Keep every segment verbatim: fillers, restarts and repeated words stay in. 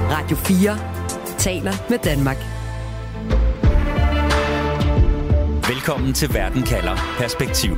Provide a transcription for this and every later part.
Radio fire taler med Danmark. Velkommen til Verden kalder Perspektiv.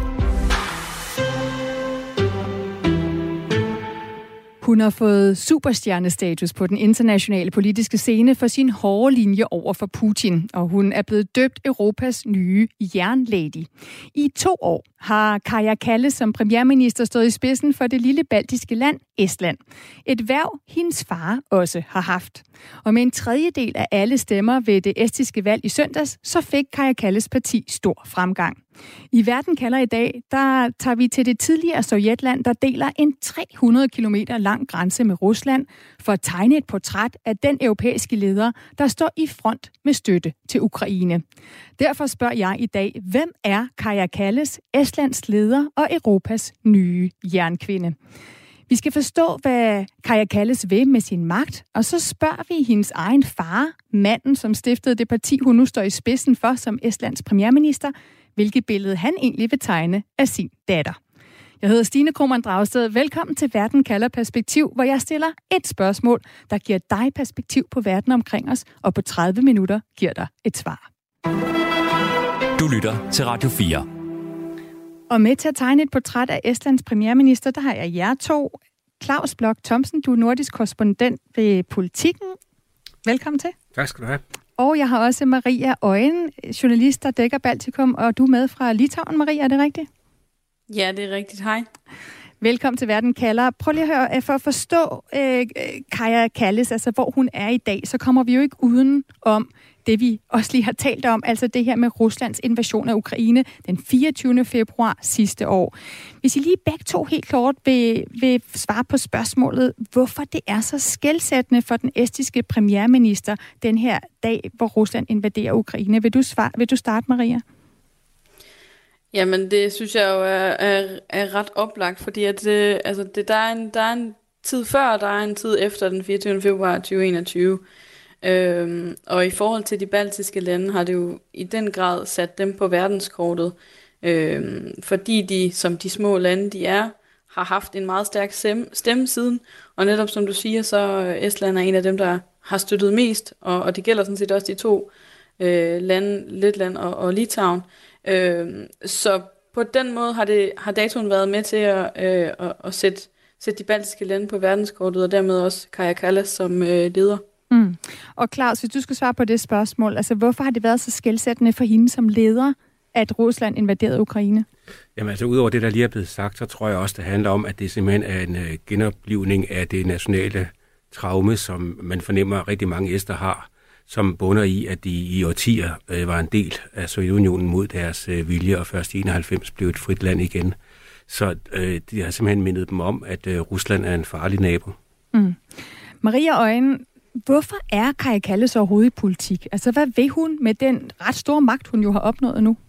Hun har fået superstjernestatus på den internationale politiske scene for sin hårde linje over for Putin, og hun er blevet døbt Europas nye jernlady. I to år har Kaja Kallas som premierminister stået i spidsen for det lille baltiske land Estland. Et hverv, hendes far også har haft. Og med en tredjedel af alle stemmer ved det estiske valg i søndags, så fik Kaja Kallas parti stor fremgang. I Verden kalder i dag, der tager vi til det tidligere Sovjetland, der deler en tre hundrede kilometer lang grænse med Rusland, for at tegne et portræt af den europæiske leder, der står i front med støtte til Ukraine. Derfor spørger jeg i dag, hvem er Kaja Kallas, Estlands leder og Europas nye jernkvinde? Vi skal forstå, hvad Kaja Kallas vil med sin magt, og så spørger vi hendes egen far, manden, som stiftede det parti, hun nu står i spidsen for som Estlands premierminister, hvilket billede han egentlig vil tegne af sin datter. Jeg hedder Stine Krohmann Dragsted. Velkommen til Verden kalder Perspektiv, hvor jeg stiller et spørgsmål, der giver dig perspektiv på verden omkring os, og på tredive minutter giver dig et svar. Du lytter til Radio fire. Og med til at tegne et portræt af Estlands premierminister, der har jeg jer to. Claus Bloch Thomsen, du er nordisk korrespondent ved Politikken. Velkommen til. Tak skal du have. Og jeg har også Maria Øjen, journalist, der dækker Baltikum, og du er med fra Litauen, Maria, er det rigtigt? Ja, det er rigtigt. Hej. Velkommen til Verden kalder. Prøv lige at høre, for at forstå øh, Kaja Kallas, altså hvor hun er i dag, så kommer vi jo ikke uden om det, vi også lige har talt om, altså det her med Ruslands invasion af Ukraine den fireogtyvende februar sidste år. Hvis I lige begge to helt kort vil, vil svare på spørgsmålet, hvorfor det er så skelsættende for den estiske premierminister den her dag, hvor Rusland invaderer Ukraine. Vil du, svare, vil du starte, Maria? Jamen, det synes jeg jo er, er, er ret oplagt, fordi at, øh, altså, det, der, er en, der er en tid før, og der er en tid efter den fireogtyvende februar tyve enogtyve. Øhm, og i forhold til de baltiske lande har det jo i den grad sat dem på verdenskortet, øhm, fordi de, som de små lande de er, har haft en meget stærk stemme siden, og netop som du siger, så Estland er en af dem, der har støttet mest, og, og det gælder sådan set også de to øh, lande, Letland og, og Litauen. Øhm, så på den måde har, det, har datoen været med til at, øh, at, at sætte, sætte de baltiske lande på verdenskortet, og dermed også Kaja Kallas som øh, leder. Mm. Og Claus, hvis du skal svare på det spørgsmål, altså hvorfor har det været så skelsættende for hende som leder, at Rusland invaderede Ukraine? Jamen altså, udover det, der lige er blevet sagt, så tror jeg også, det handler om, at det simpelthen er en uh, genoplivning af det nationale traume, som man fornemmer, at rigtig mange ester har, som bunder i, at de i årtier uh, var en del af Sovjetunionen mod deres uh, vilje, og først i enoghalvfems blev et frit land igen. Så uh, de har simpelthen mindet dem om, at uh, Rusland er en farlig nabo. Mm. Maria Øjen, hvorfor er Kaja Kallas overhovedet i politik? Altså, hvad vil hun med den ret store magt, hun jo har opnået nu?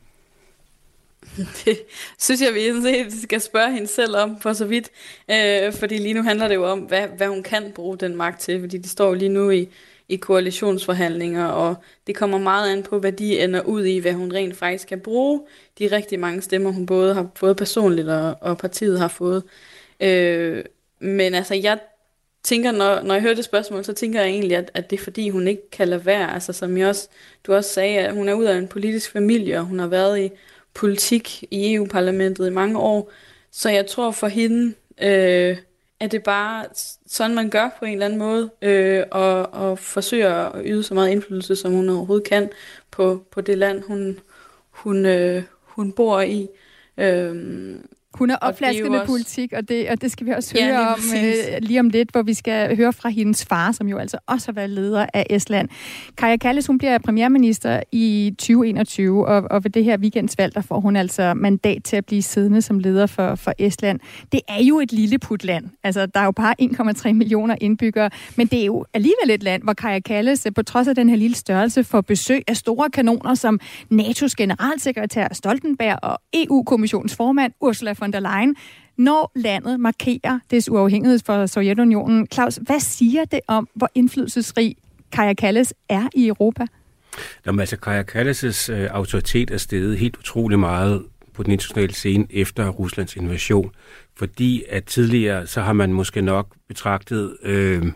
Det synes jeg, vi skal spørge hende selv om, for så vidt. Øh, fordi lige nu handler det jo om, hvad, hvad hun kan bruge den magt til. Fordi de står lige nu i, i koalitionsforhandlinger, og det kommer meget an på, hvad de ender ud i, hvad hun rent faktisk kan bruge. De rigtig mange stemmer, hun både har fået personligt, og, og partiet har fået. Øh, men altså, jeg tænker, når, når jeg hører det spørgsmål, så tænker jeg egentlig, at, at det er fordi, hun ikke kan lade være. Altså som jeg også, du også sagde, at hun er ud af en politisk familie, og hun har været i politik i E U-parlamentet i mange år. Så jeg tror for hende, øh, at det bare sådan, man gør på en eller anden måde, øh, og, og forsøger at yde så meget indflydelse, som hun overhovedet kan på, på det land, hun, hun, øh, hun bor i. Øh, Hun er opflasket med også politik, og det, og det skal vi også høre ja, om øh, lige om lidt, hvor vi skal høre fra hendes far, som jo altså også har været leder af Estland. Kaja Kallas, hun bliver premierminister i tyve enogtyve, og, og ved det her weekendsvalg, der får hun altså mandat til at blive siddende som leder for, for Estland. Det er jo et lille putland. Altså, der er jo bare en komma tre millioner indbyggere, men det er jo alligevel et land, hvor Kaja Kallas, på trods af den her lille størrelse, får besøg af store kanoner som N A T O's generalsekretær Stoltenberg og E U-kommissionens formand Ursula von der Leyen, når landet markerer dets uafhængighed fra Sovjetunionen. Claus, hvad siger det om, hvor indflydelsesrig Kaja Kallas er i Europa? Jamen, altså, Kaja Kallas' øh, autoritet er steget helt utrolig meget på den internationale scene efter Ruslands invasion, fordi at tidligere så har man måske nok betragtet øh,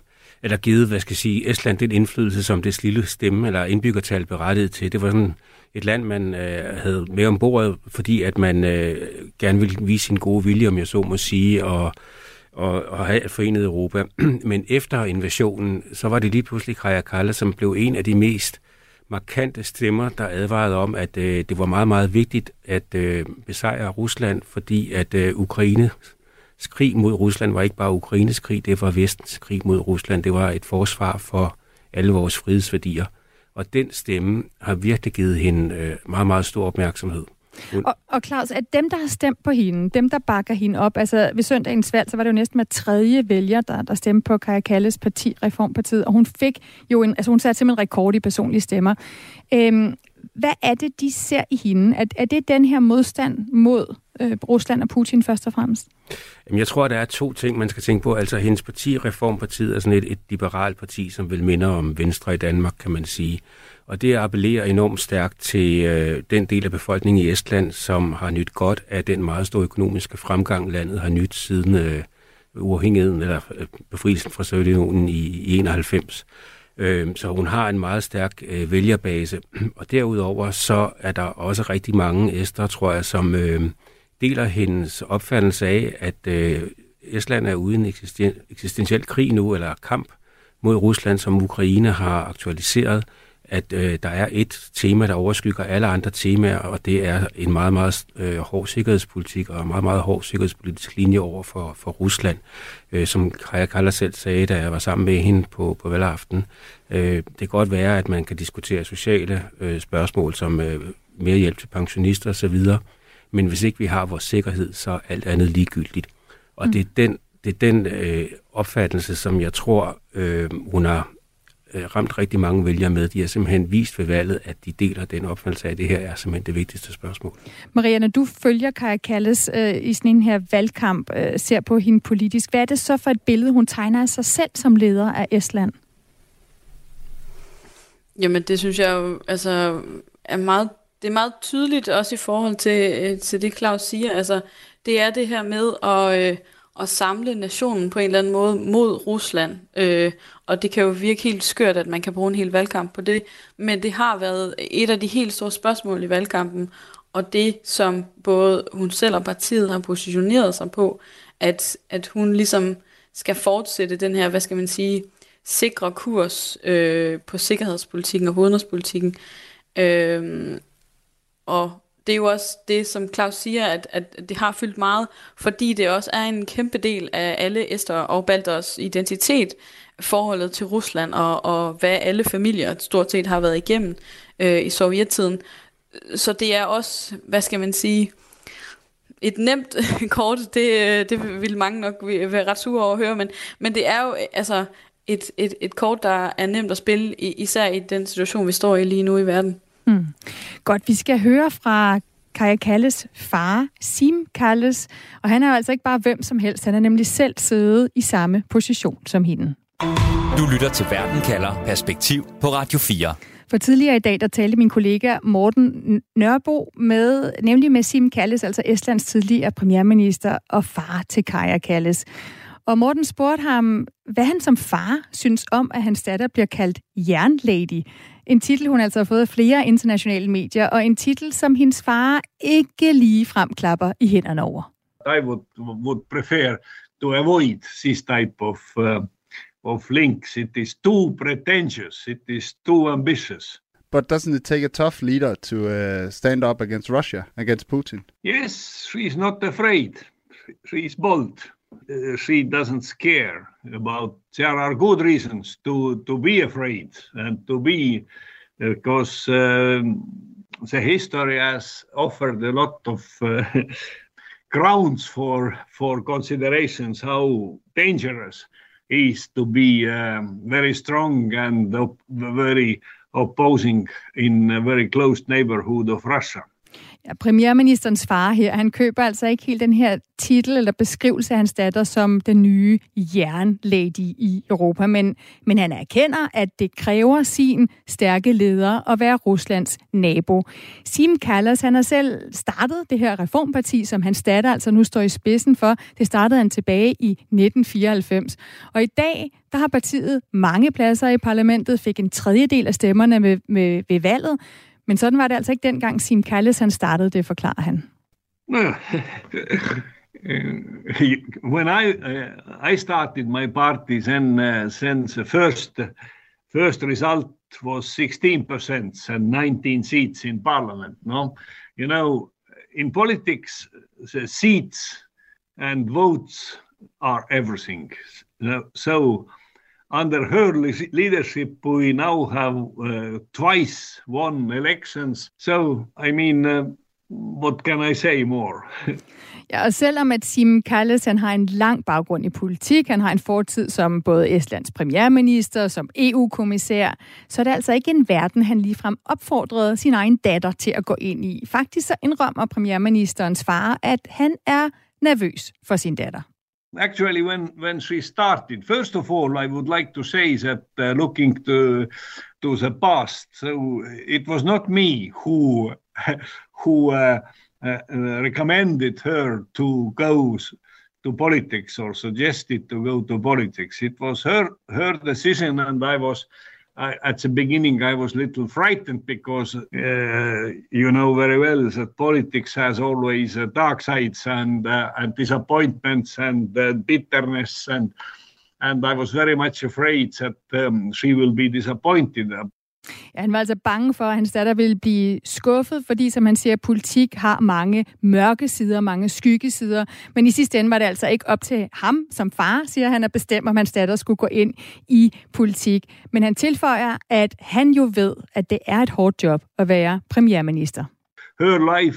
eller givet, hvad skal jeg sige, Estland den indflydelse, som det lille stemme eller indbyggertal berettiget til. Det var sådan et land, man øh, havde med ombord, fordi at man øh, gerne ville vise sin gode vilje, om jeg så må sige, og, og, og have et forenet Europa. Men efter invasionen, så var det lige pludselig Kaja Kallas, som blev en af de mest markante stemmer, der advarede om, at øh, det var meget, meget vigtigt at øh, besejre Rusland, fordi at øh, Ukraines krig mod Rusland var ikke bare Ukraines krig, det var Vestens krig mod Rusland. Det var et forsvar for alle vores frihedsværdier. Og den stemme har virkelig givet hende øh, meget, meget stor opmærksomhed. Hun... Og, og Claus, at dem, der har stemt på hende, dem, der bakker hende op, altså ved søndagens valg, så var det jo næsten hver tredje vælger, der, der stemte på Kaja Kallas parti, Reformpartiet, og hun fik jo en, altså hun satte simpelthen rekord i personlige stemmer. Øhm, hvad er det, de ser i hende? Er, er det den her modstand mod øh, Rusland og Putin først og fremmest? Jamen, jeg tror, der er to ting, man skal tænke på. Altså, hendes parti, Reformpartiet, er sådan et, et liberalt parti, som vil minde om Venstre i Danmark, kan man sige. Og det appellerer enormt stærkt til øh, den del af befolkningen i Estland, som har nyt godt af den meget store økonomiske fremgang, landet har nyt siden øh, uafhængigheden eller øh, befrielsen fra Sovjetunionen i, i enoghalvfems. Øh, så hun har en meget stærk øh, vælgerbase. Og derudover så er der også rigtig mange estere, tror jeg, som øh, deler hendes opfattelse af, at øh, Estland er uden eksisten- eksistentiel krig nu, eller kamp mod Rusland, som Ukraine har aktualiseret, at øh, der er et tema, der overskygger alle andre temaer, og det er en meget, meget øh, hård sikkerhedspolitik og en meget, meget hård sikkerhedspolitisk linje over for, for Rusland. Øh, som Kaja Kallas selv sagde, da jeg var sammen med hende på, på valgaften. Øh, det kan godt være, at man kan diskutere sociale øh, spørgsmål som øh, mere hjælp til pensionister osv., men hvis ikke vi har vores sikkerhed, så er alt andet ligegyldigt. Og mm. det er den, det er den øh, opfattelse, som jeg tror, øh, hun har ramt rigtig mange vælgere med. De har simpelthen vist ved valget, at de deler den opfattelse af, at det her er simpelthen det vigtigste spørgsmål. Maria, når du følger Kaja Kallas øh, i sådan en her valgkamp, øh, ser på hende politisk, hvad er det så for et billede, hun tegner af sig selv som leder af Estland? Jamen, det synes jeg jo altså, er meget, det er meget tydeligt også i forhold til, til det, Claus siger. Altså, det er det her med at... Øh, at samle nationen på en eller anden måde mod Rusland. Øh, og det kan jo virke helt skørt, at man kan bruge en hel valgkamp på det, men det har været et af de helt store spørgsmål i valgkampen, og det, som både hun selv og partiet har positioneret sig på, at, at hun ligesom skal fortsætte den her, hvad skal man sige, sikre kurs øh, på sikkerhedspolitikken og udenrigspolitikken. Øh, og det er jo også det, som Claus siger, at, at det har fyldt meget, fordi det også er en kæmpe del af alle ester og balters identitet, forholdet til Rusland, og, og hvad alle familier stort set har været igennem øh, i sovjettiden. Så det er også, hvad skal man sige, et nemt kort, det, det vil mange nok være ret sure over at høre, men, men det er jo altså et, et, et kort, der er nemt at spille, især i den situation, vi står i lige nu i verden. Mm. Godt, vi skal høre fra Kaja Kallas far, Siim Kallas, og han er jo altså ikke bare hvem som helst, han er nemlig selv siddet i samme position som hende. Du lytter til Verden kalder Perspektiv på Radio fire. For tidligere i dag, der talte min kollega Morten Nørbo med, nemlig med Siim Kallas, altså Estlands tidligere premierminister og far til Kaja Kallas. Og Morten spurgte ham, hvad han som far synes om, at hans datter bliver kaldt jernlady. En titel, hun altså har fået af flere internationale medier, og en titel, som hendes far ikke lige fremklapper i hænderne over. I would, would prefer to avoid this type of, uh, of links. It is too pretentious. It is too ambitious. But doesn't it take a tough leader to uh, stand up against Russia, against Putin? Yes, she's not afraid. She's bold. Uh, she doesn't scare about. There are good reasons to, to be afraid and to be, because um, the history has offered a lot of uh, grounds for for considerations how dangerous it is to be um, very strong and op- very opposing in a very close neighborhood of Russia. Ja, premierministerens far her, han køber altså ikke helt den her titel eller beskrivelse af hans datter som den nye jernlady i Europa, men, men han erkender, at det kræver sin stærke leder at være Ruslands nabo. Siim Kallas, han har selv startet det her reformparti, som hans datter altså nu står i spidsen for. Det startede han tilbage i nitten fireoghalvfems. Og i dag, der har partiet mange pladser i parlamentet, fik en tredjedel af stemmerne ved, ved, ved valget. Men sådan var det altså ikke dengang Siim Kallas han startede det, forklarer han. When I uh, I started my party, then uh, since the first first result was sixteen percent and nineteen seats in parliament. No, you know, in politics, the seats and votes are everything. So. Under her leadership, we now have uh, twice won elections. So, I mean, uh, what can I say more? Ja, og selvom at Siim Kallas, han har en lang baggrund i politik, han har en fortid som både Estlands premierminister, som E U-kommissær, så er det altså ikke en verden, han ligefrem opfordrede sin egen datter til at gå ind i. Faktisk så indrømmer premierministerens far, at han er nervøs for sin datter. Actually, when, when she started, first of all, I would like to say that uh, looking to to the past, so it was not me who who uh, uh, recommended her to go to politics or suggested to go to politics. It was her her decision, and I was. I, at the beginning, I was a little frightened because uh, you know very well that politics has always uh, dark sides and uh, and disappointments and uh, bitterness, and and I was very much afraid that um, she will be disappointed. Ja, han var altså bange for, at hans datter ville blive skuffet, fordi, som han siger, politik har mange mørke sider, mange skyggesider. Men i sidste ende var det altså ikke op til ham som far, siger han, at bestemme, om hans datter skulle gå ind i politik. Men han tilføjer, at han jo ved, at det er et hårdt job at være premierminister. Her life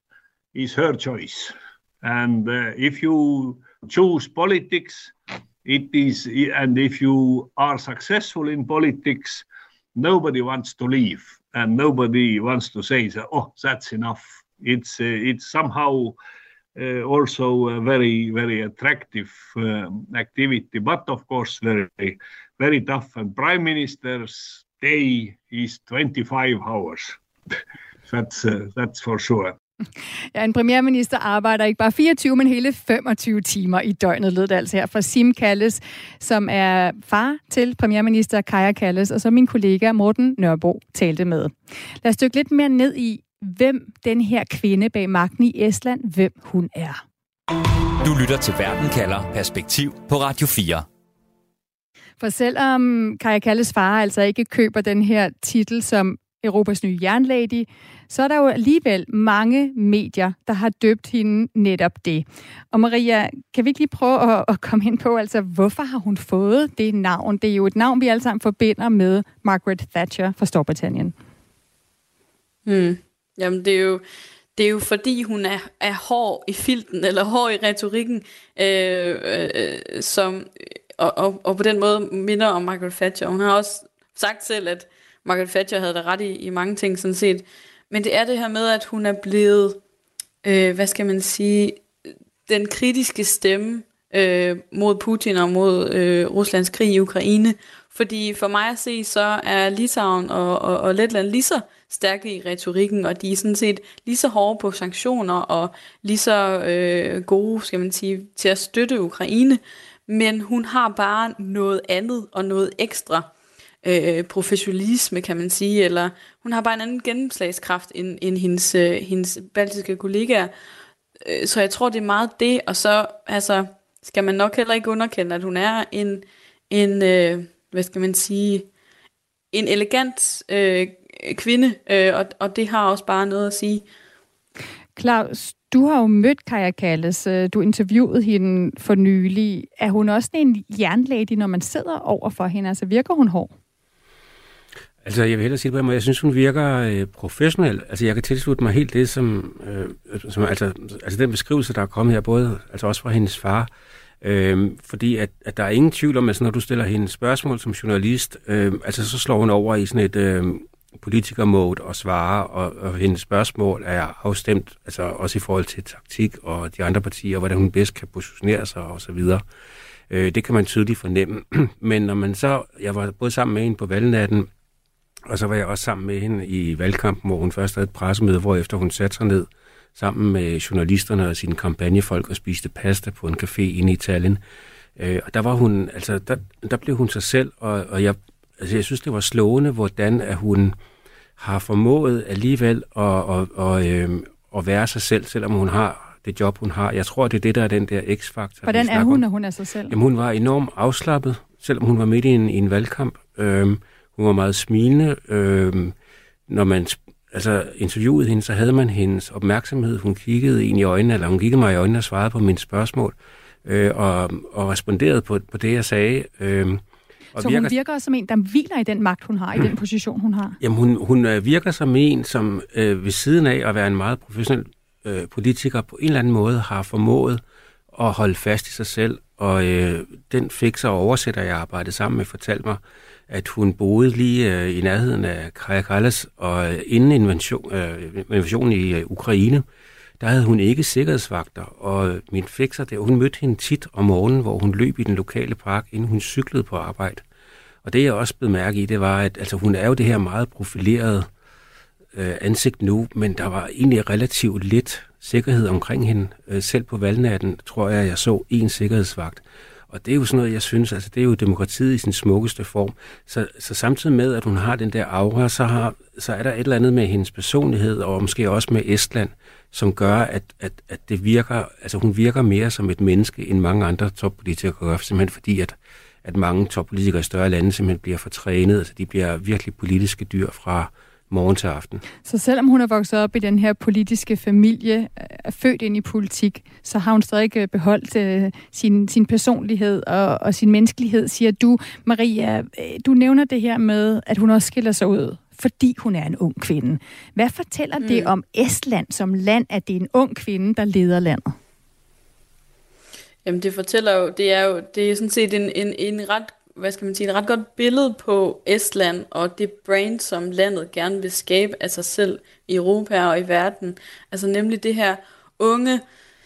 is her choice. And uh, if you choose politics, it is, and if you are successful in politics, nobody wants to leave, and nobody wants to say that, oh, that's enough. It's uh, it's somehow uh, also a very, very attractive uh, activity, but of course very, very tough. And Prime Minister's day is twenty-five hours. that's uh, that's for sure. Ja, en premierminister arbejder ikke bare fireogtyve, men hele femogtyve timer i døgnet, lød det altså her fra Siim Kallas, som er far til premierminister Kaja Kallas, og så min kollega Morten Nørbo talte med. Lad os dykke lidt mere ned i, hvem den her kvinde bag magten i Estland, hvem hun er. Du lytter til Verden kalder Perspektiv på Radio fire. For selvom Kaja Kallas far altså ikke køber den her titel som Europas nye jernlady, så er der jo alligevel mange medier, der har døbt hende netop det. Og Maria, kan vi ikke lige prøve at, at komme ind på, altså hvorfor har hun fået det navn? Det er jo et navn, vi alle sammen forbinder med Margaret Thatcher fra Storbritannien. Hmm. Jamen, det er jo... Det er jo fordi, hun er, er hård i filten, eller hård i retorikken, øh, øh, som, og, og, og på den måde minder om Margaret Thatcher. Hun har også sagt selv, at Margaret Thatcher havde der ret i, i mange ting sådan set. Men det er det her med, at hun er blevet, øh, hvad skal man sige, den kritiske stemme øh, mod Putin og mod øh, Ruslands krig i Ukraine. Fordi for mig at se, så er Litauen og, og, og Letland lige så stærke i retorikken, og de er sådan set lige så hårde på sanktioner og lige så øh, gode, skal man sige, til at støtte Ukraine. Men hun har bare noget andet og noget ekstra øh, professionalisme, kan man sige, eller hun har bare en anden gennemslagskraft end, end hendes, øh, hendes baltiske kollegaer. Øh, så jeg tror, det er meget det, og så altså, skal man nok heller ikke underkende, at hun er en, en øh, hvad skal man sige, en elegant øh, kvinde, øh, og, og det har også bare noget at sige. Claus, du har jo mødt Kaja Kallas. Du interviewede hende for nylig. Er hun også en jernlady, når man sidder over for hende? Altså virker hun hård? Altså, jeg vil hellere sige det på en måde. Jeg synes, hun virker øh, professionel. Altså, jeg kan tilslutte mig helt det, som, øh, som altså, altså den beskrivelse, der er kommet her, både altså også fra hendes far, øh, fordi at, at der er ingen tvivl om, at når du stiller hende spørgsmål som journalist, øh, altså så slår hun over i sådan et øh, politikermode og svarer, og, og hendes spørgsmål er afstemt, altså også i forhold til taktik og de andre partier, hvordan hun bedst kan positionere sig og så videre. Øh, det kan man tydeligt fornemme. Men når man så, jeg var både sammen med hende på valgnatten, og så var jeg også sammen med hende i valgkampen, hvor hun først havde et pressemøde, hvorefter hun satte sig ned sammen med journalisterne og sine kampagnefolk og spiste pasta på en café inde i Italien. Øh, og der var hun, altså der, der blev hun sig selv, og, og jeg, altså, jeg synes, det var slående, hvordan at hun har formået alligevel at, at, at, øh, at være sig selv, selvom hun har det job, hun har. Jeg tror, det er det, der er den der x-faktor. Hvordan er hun, når hun er sig selv? Jamen, hun var enormt afslappet, selvom hun var midt i en, i en valgkamp. Øh, hun var meget smilende. Øh, når man altså, interviewede hende, så havde man hendes opmærksomhed. Hun kiggede en i øjnene, eller hun kiggede mig i øjnene og svarede på mine spørgsmål, øh, og, og responderede på, på det, jeg sagde. Øh, Og så virker... hun virker som en, der hviler i den magt, hun har, i den position, hun har? Jamen, hun, hun virker som en, som øh, ved siden af at være en meget professionel øh, politiker, på en eller anden måde har formået at holde fast i sig selv. Og øh, den fikser og oversætter, jeg arbejdede sammen med, fortalte mig, at hun boede lige øh, i nærheden af Kaja Kallas, og øh, inden invasion, øh, invasionen i øh, Ukraine, der havde hun ikke sikkerhedsvagter, og min fikser der, hun mødte hende tit om morgenen, hvor hun løb i den lokale park, inden hun cyklede på arbejde. Og det, jeg også blev mærke i, det var, at altså, hun er jo det her meget profilerede øh, ansigt nu, men der var egentlig relativt lidt sikkerhed omkring hende. Øh, selv på valgnatten, tror jeg, jeg så en sikkerhedsvagt. Og det er jo sådan noget, jeg synes, altså det er jo demokratiet i sin smukkeste form. Så, så samtidig med, at hun har den der aura, så, har, så er der et eller andet med hendes personlighed, og måske også med Estland, som gør, at, at, at det virker, altså hun virker mere som et menneske, end mange andre toppolitikere gør, simpelthen fordi, at, at mange toppolitikere i større lande simpelthen bliver fortrænet, altså de bliver virkelig politiske dyr fra morgen til aften. Så selvom hun er vokset op i den her politiske familie, er født ind i politik, så har hun stadig beholdt øh, sin, sin personlighed og, og sin menneskelighed, siger du. Maria, du nævner det her med, at hun også skiller sig ud, fordi hun er en ung kvinde. Hvad fortæller mm. det om Estland som land, at det er en ung kvinde, der leder landet? Jamen det fortæller jo, det er jo, det er sådan set en, en, en ret, hvad skal man sige, et ret godt billede på Estland og det brand, som landet gerne vil skabe af sig selv i Europa og i verden. Altså nemlig det her unge,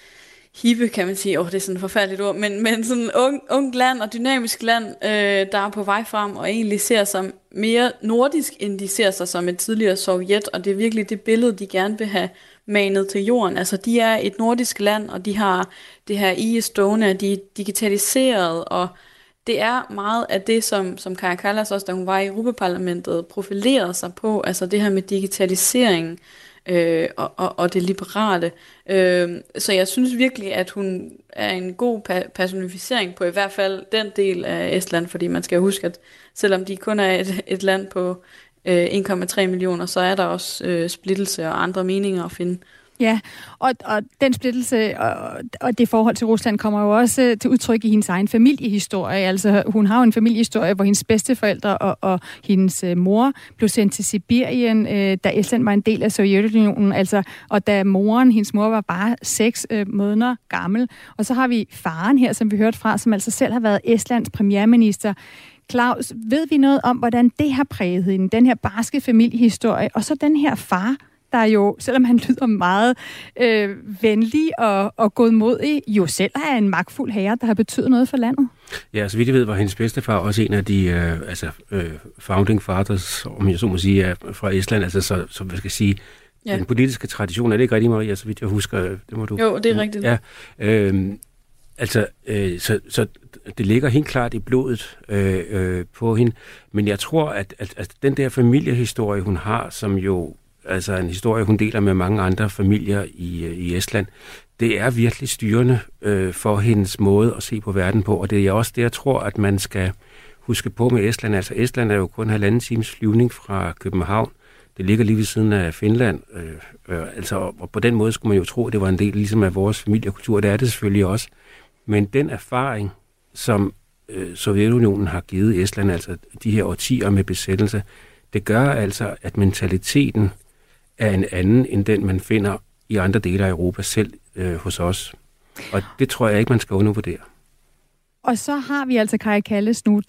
hippe, kan man sige, åh, oh, det er sådan et forfærdeligt ord, men, men sådan et ung, ung land og dynamisk land, øh, der er på vej frem og egentlig ser sig mere nordisk, end de ser sig som et tidligere Sovjet, og det er virkelig det billede, de gerne vil have manet til jorden. Altså, de er et nordisk land, og de har det her i Estonia, de er digitaliseret, og det er meget af det, som, som Kaja Kallas også, da hun var i Europaparlamentet, profilerede sig på, altså det her med digitalisering øh, og, og, og det liberale. Øh, så jeg synes virkelig, at hun er en god personificering på i hvert fald den del af Estland, fordi man skal huske, at selvom de kun er et, et land på øh, en komma tre millioner, så er der også øh, splittelse og andre meninger at finde. Ja, og, og den splittelse og, og det forhold til Rusland kommer jo også til udtryk i hendes egen familiehistorie. Altså, hun har jo en familiehistorie, hvor hendes bedsteforældre og, og hendes øh, mor blev sendt til Sibirien, øh, da Estland var en del af Sovjetunionen. Altså, og da moren, hendes mor, var bare seks øh, måneder gammel. Og så har vi faren her, som vi hørte fra, som altså selv har været Estlands premierminister. Claus, ved vi noget om, hvordan det har præget hende, den her barske familiehistorie, og så den her far, der jo, selvom han lyder meget øh, venlig og, og godmodig, jo selv er en magtfuld herre, der har betydet noget for landet. Ja, så vidt jeg ved, var hendes bedstefar også en af de øh, altså, øh, founding fathers, om jeg så må sige, er fra Estland. Altså, så, så hvad skal jeg sige, ja. Den politiske tradition, er det ikke rigtigt, Maria, så vidt jeg husker? Det må du... Jo, det er rigtigt. Ja, øh, altså, øh, så, så det ligger helt klart i blodet øh, øh, på hende. Men jeg tror, at, at, at den der familiehistorie, hun har, som jo altså en historie, hun deler med mange andre familier i, i Estland, det er virkelig styrende øh, for hendes måde at se på verden på, og det er også det, jeg tror, at man skal huske på med Estland. Altså Estland er jo kun halvanden times flyvning fra København. Det ligger lige ved siden af Finland. Øh, øh, altså, og på den måde skulle man jo tro, at det var en del ligesom af vores familiekultur. Det er det selvfølgelig også. Men den erfaring, som øh, Sovjetunionen har givet Estland, altså de her årtier med besættelse, det gør altså, at mentaliteten er en anden, end den, man finder i andre dele af Europa, selv øh, hos os. Og det tror jeg ikke, man skal undervurdere. Og så har vi altså Kaja Kallas nu, der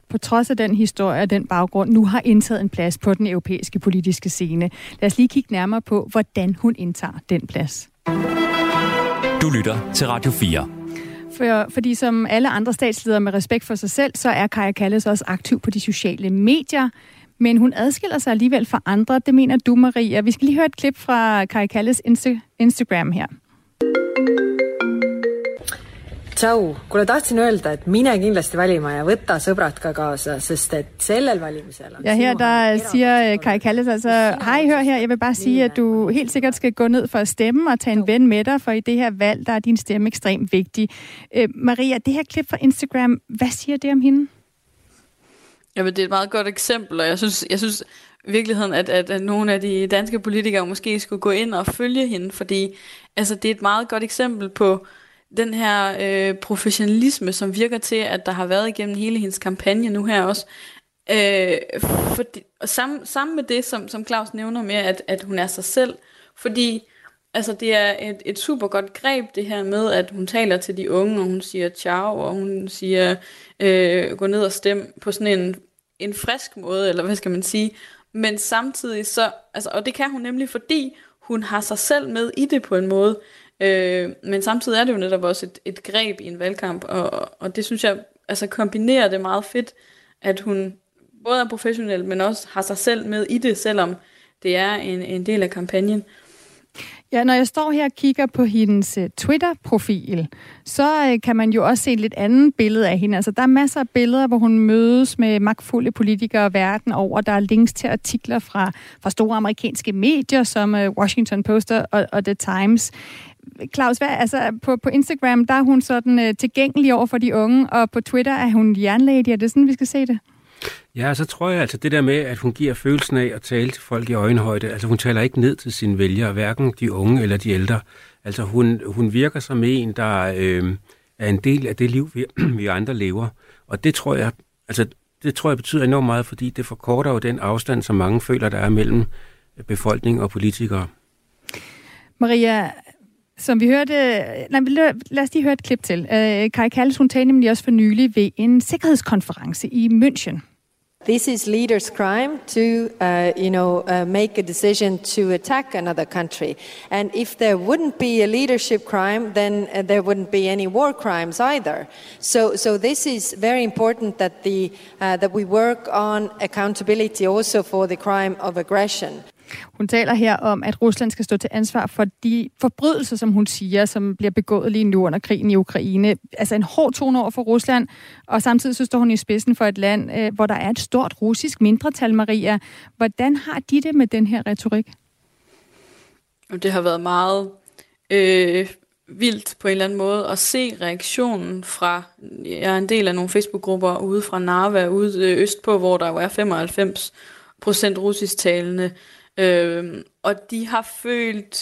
på trods af den historie og den baggrund, nu har indtaget en plads på den europæiske politiske scene. Lad os lige kigge nærmere på, hvordan hun indtager den plads. Du lytter til Radio fire. For, fordi som alle andre statsledere med respekt for sig selv, så er Kaja Kallas også aktiv på de sociale medier. Men hun adskiller sig alligevel fra andre. Det mener du, Maria. Vi skal lige høre et klip fra Kaja Kallas Insta- Instagram her. Tšau, kuule tahtsin öelda, et mine kindlasti valima ja võtta sõbrad ka kaasa, sest et sellel valimisel on... Ja, her der siger Kaja Kallas altså, hej, hør her, jeg vil bare sige, at du helt sikkert skal gå ned for at stemme og tage en ven med dig, for i det her valg, der er din stemme ekstremt vigtig. Øh, Maria, det her klip fra Instagram, hvad siger det om hende? Jamen, det er et meget godt eksempel, og jeg synes, jeg synes i virkeligheden, at, at, at nogle af de danske politikere måske skulle gå ind og følge hende, fordi altså, det er et meget godt eksempel på den her øh, professionalisme, som virker til, at der har været igennem hele hendes kampagne nu her også. Øh, fordi, og sammen, sammen med det, som, som Claus nævner med, at, at hun er sig selv, fordi altså, det er et, et super godt greb, det her med, at hun taler til de unge, og hun siger ciao, og hun siger øh, gå ned og stem på sådan en, en frisk måde, eller hvad skal man sige. Men samtidig så, altså, og det kan hun nemlig, fordi hun har sig selv med i det på en måde. Øh, men samtidig er det jo netop også et, et greb i en valgkamp, og, og det synes jeg altså kombinerer det meget fedt, at hun både er professionel, men også har sig selv med i det, selvom det er en, en del af kampagnen. Ja, når jeg står her og kigger på hendes uh, Twitter-profil, så uh, kan man jo også se et lidt andet billede af hende. Altså, der er masser af billeder, hvor hun mødes med magtfulde politikere verden over. Der er links til artikler fra, fra store amerikanske medier, som uh, Washington Post og, og The Times. Claus, hvad, altså, på, på Instagram, der er hun sådan uh, tilgængelig over for de unge, og på Twitter er hun jernlady. Er det sådan, vi skal se det? Ja, så tror jeg altså det der med, at hun giver følelsen af at tale til folk i øjenhøjde. Altså hun taler ikke ned til sine vælgere, hverken de unge eller de ældre. Altså hun, hun virker som en, der øh, er en del af det liv, vi, vi andre lever. Og det tror jeg, altså det tror jeg betyder enormt meget, fordi det forkorter jo den afstand, som mange føler, der er mellem befolkning og politikere. Maria, som vi hørte... Nej, lad os lige høre et klip til. Uh, Kaja Kallas, hun talte nemlig også for nylig ved en sikkerhedskonference i München. This is leaders' crime to, uh, you know, uh, make a decision to attack another country. And if there wouldn't be a leadership crime, then uh, there wouldn't be any war crimes either. So, so this is very important that the uh, that we work on accountability also for the crime of aggression. Hun taler her om, at Rusland skal stå til ansvar for de forbrydelser, som hun siger, som bliver begået lige nu under krigen i Ukraine. Altså en hård tone over for Rusland, og samtidig så står hun i spidsen for et land, øh, hvor der er et stort russisk mindretal, Maria. Hvordan har de det med den her retorik? Det har været meget øh, vildt på en eller anden måde at se reaktionen fra, jeg er en del af nogle Facebook-grupper ude fra Narva, ude østpå, hvor der jo er femoghalvfems procent russisktalende. Øhm, og de har følt,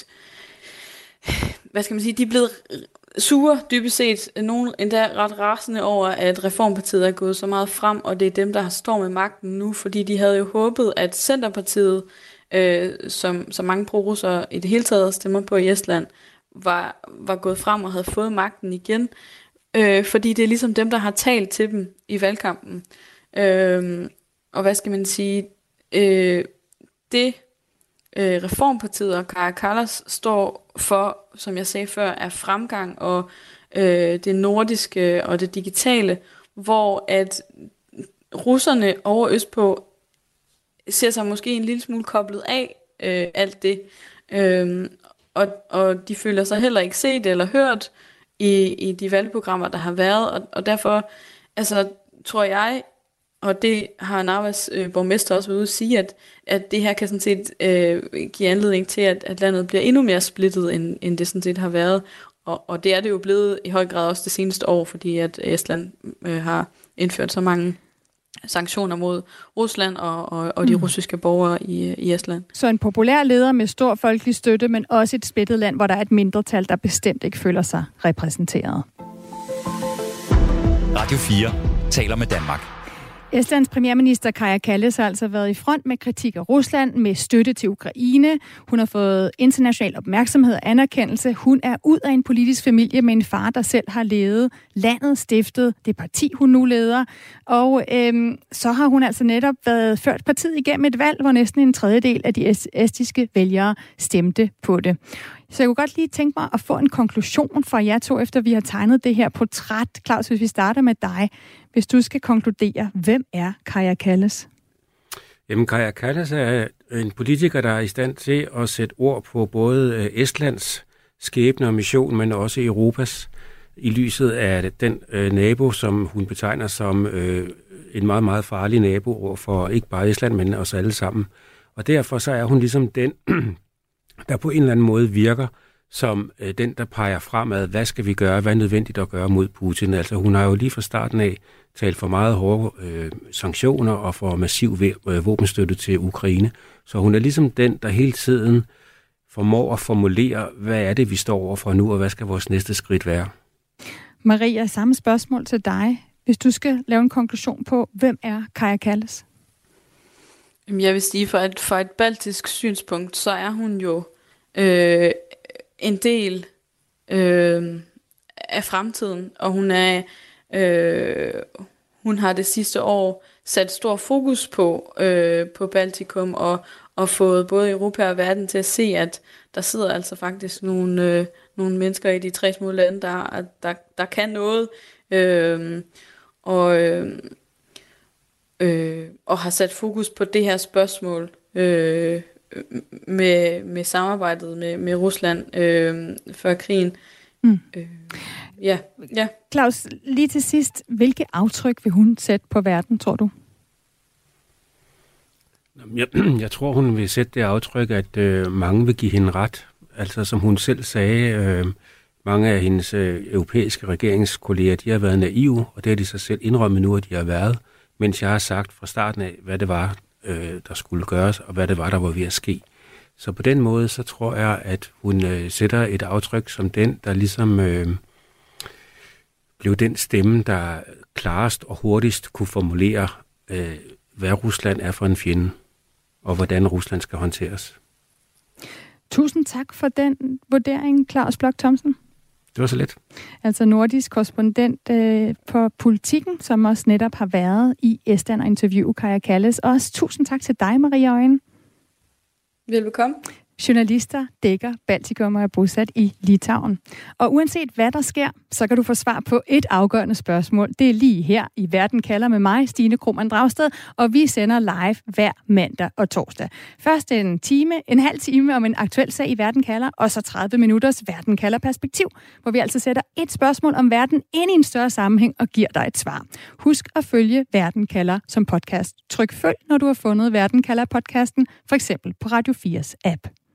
hvad skal man sige, de er blevet sure dybest set, nogen endda ret rasende over, at Reformpartiet er gået så meget frem, og det er dem, der står med magten nu, fordi de havde jo håbet, at Centerpartiet, øh, som, som mange pro-russere i det hele taget stemmer på i Estland, var, var gået frem og havde fået magten igen, øh, fordi det er ligesom dem, der har talt til dem i valgkampen. Øh, og hvad skal man sige, øh, det øh, Reformpartiet og Kaja Kallas står for, som jeg sagde før, er fremgang og øh, det nordiske og det digitale, hvor at russerne over østpå ser sig måske en lille smule koblet af øh, alt det, øh, og, og de føler sig heller ikke set eller hørt i, i de valgprogrammer, der har været, og, og derfor altså, tror jeg, og det har Narvas øh, borgmester også været ude at sige, at, at det her kan sådan set øh, give anledning til, at, at landet bliver endnu mere splittet, end, end det sådan set har været. Og, og det er det jo blevet i høj grad også det seneste år, fordi at Estland øh, har indført så mange sanktioner mod Rusland og, og, og de mm. russiske borgere i, i Estland. Så en populær leder med stor folkelig støtte, men også et splittet land, hvor der er et mindretal, der bestemt ikke føler sig repræsenteret. Radio fire taler med Danmark. Estlands premierminister Kaja Kallas har altså været i front med kritik af Rusland, med støtte til Ukraine. Hun har fået international opmærksomhed og anerkendelse. Hun er ud af en politisk familie med en far, der selv har ledet landet, stiftet det parti, hun nu leder. Og øhm, så har hun altså netop været ført partiet igennem et valg, hvor næsten en tredjedel af de estiske vælgere stemte på det. Så jeg kunne godt lige tænke mig at få en konklusion fra jer to, efter vi har tegnet det her portræt. Claus, hvis vi starter med dig. Hvis du skal konkludere, hvem er Kaja Kallas? Jamen, Kaja Kallas er en politiker, der er i stand til at sætte ord på både Estlands skæbne og mission, men også Europas, i lyset af den øh, nabo, som hun betegner som øh, en meget, meget farlig nabo for ikke bare Estland, men os alle sammen. Og derfor så er hun ligesom den, der på en eller anden måde virker som øh, den, der peger fremad, hvad skal vi gøre, hvad er nødvendigt at gøre mod Putin. Altså hun har jo lige fra starten af talt for meget hårde øh, sanktioner og for massiv øh, våbenstøtte til Ukraine. Så hun er ligesom den, der hele tiden formår at formulere, hvad er det, vi står overfor nu, og hvad skal vores næste skridt være. Maria, samme spørgsmål til dig. Hvis du skal lave en konklusion på, hvem er Kaja Kallas? Jeg vil sige, for et, for et baltisk synspunkt, så er hun jo øh, en del øh, af fremtiden, og hun er øh, hun har det sidste år sat stor fokus på øh, på Baltikum og og fået både Europa og verden til at se, at der sidder altså faktisk nogle øh, nogle mennesker i de tre små lande, der der der kan noget øh, og øh, øh, og har sat fokus på det her spørgsmål. Øh, med, med samarbejdet med, med Rusland øh, før krigen. Mm. Øh, ja, ja. Claus, lige til sidst, hvilke aftryk vil hun sætte på verden, tror du? Jeg, jeg tror, hun vil sætte det aftryk, at øh, mange vil give hende ret. Altså, som hun selv sagde, øh, mange af hendes øh, europæiske regeringskolleger, de har været naive, og det har de så selv indrømmet nu, at de har været, mens jeg har sagt fra starten af, hvad det var, der skulle gøres, og hvad det var, der var ved at ske. Så på den måde, så tror jeg, at hun øh, sætter et aftryk som den, der ligesom øh, blev den stemme, der klarest og hurtigst kunne formulere, øh, hvad Rusland er for en fjende, og hvordan Rusland skal håndteres. Tusind tak for den vurdering, Claus Bloch Thomsen. Det var så let. Altså nordisk korrespondent øh, på Politikken, som også netop har været i Estland og interviewet Kaja Kallas. Og også tusind tak til dig, Maria Øjen. Velbekomme. Journalister dækker Baltikum og er bosat i Litauen. Og uanset hvad der sker, så kan du få svar på et afgørende spørgsmål. Det er lige her i Verden kalder med mig, Stine Krohmann Dragsted, og vi sender live hver mandag og torsdag. Først en time, en halv time om en aktuel sag i Verden kalder, og så tredive minutters Verden kalder perspektiv, hvor vi altså sætter et spørgsmål om verden ind i en større sammenhæng og giver dig et svar. Husk at følge Verden kalder som podcast. Tryk følg, når du har fundet Verden kalder podcasten, for eksempel på Radio fires app.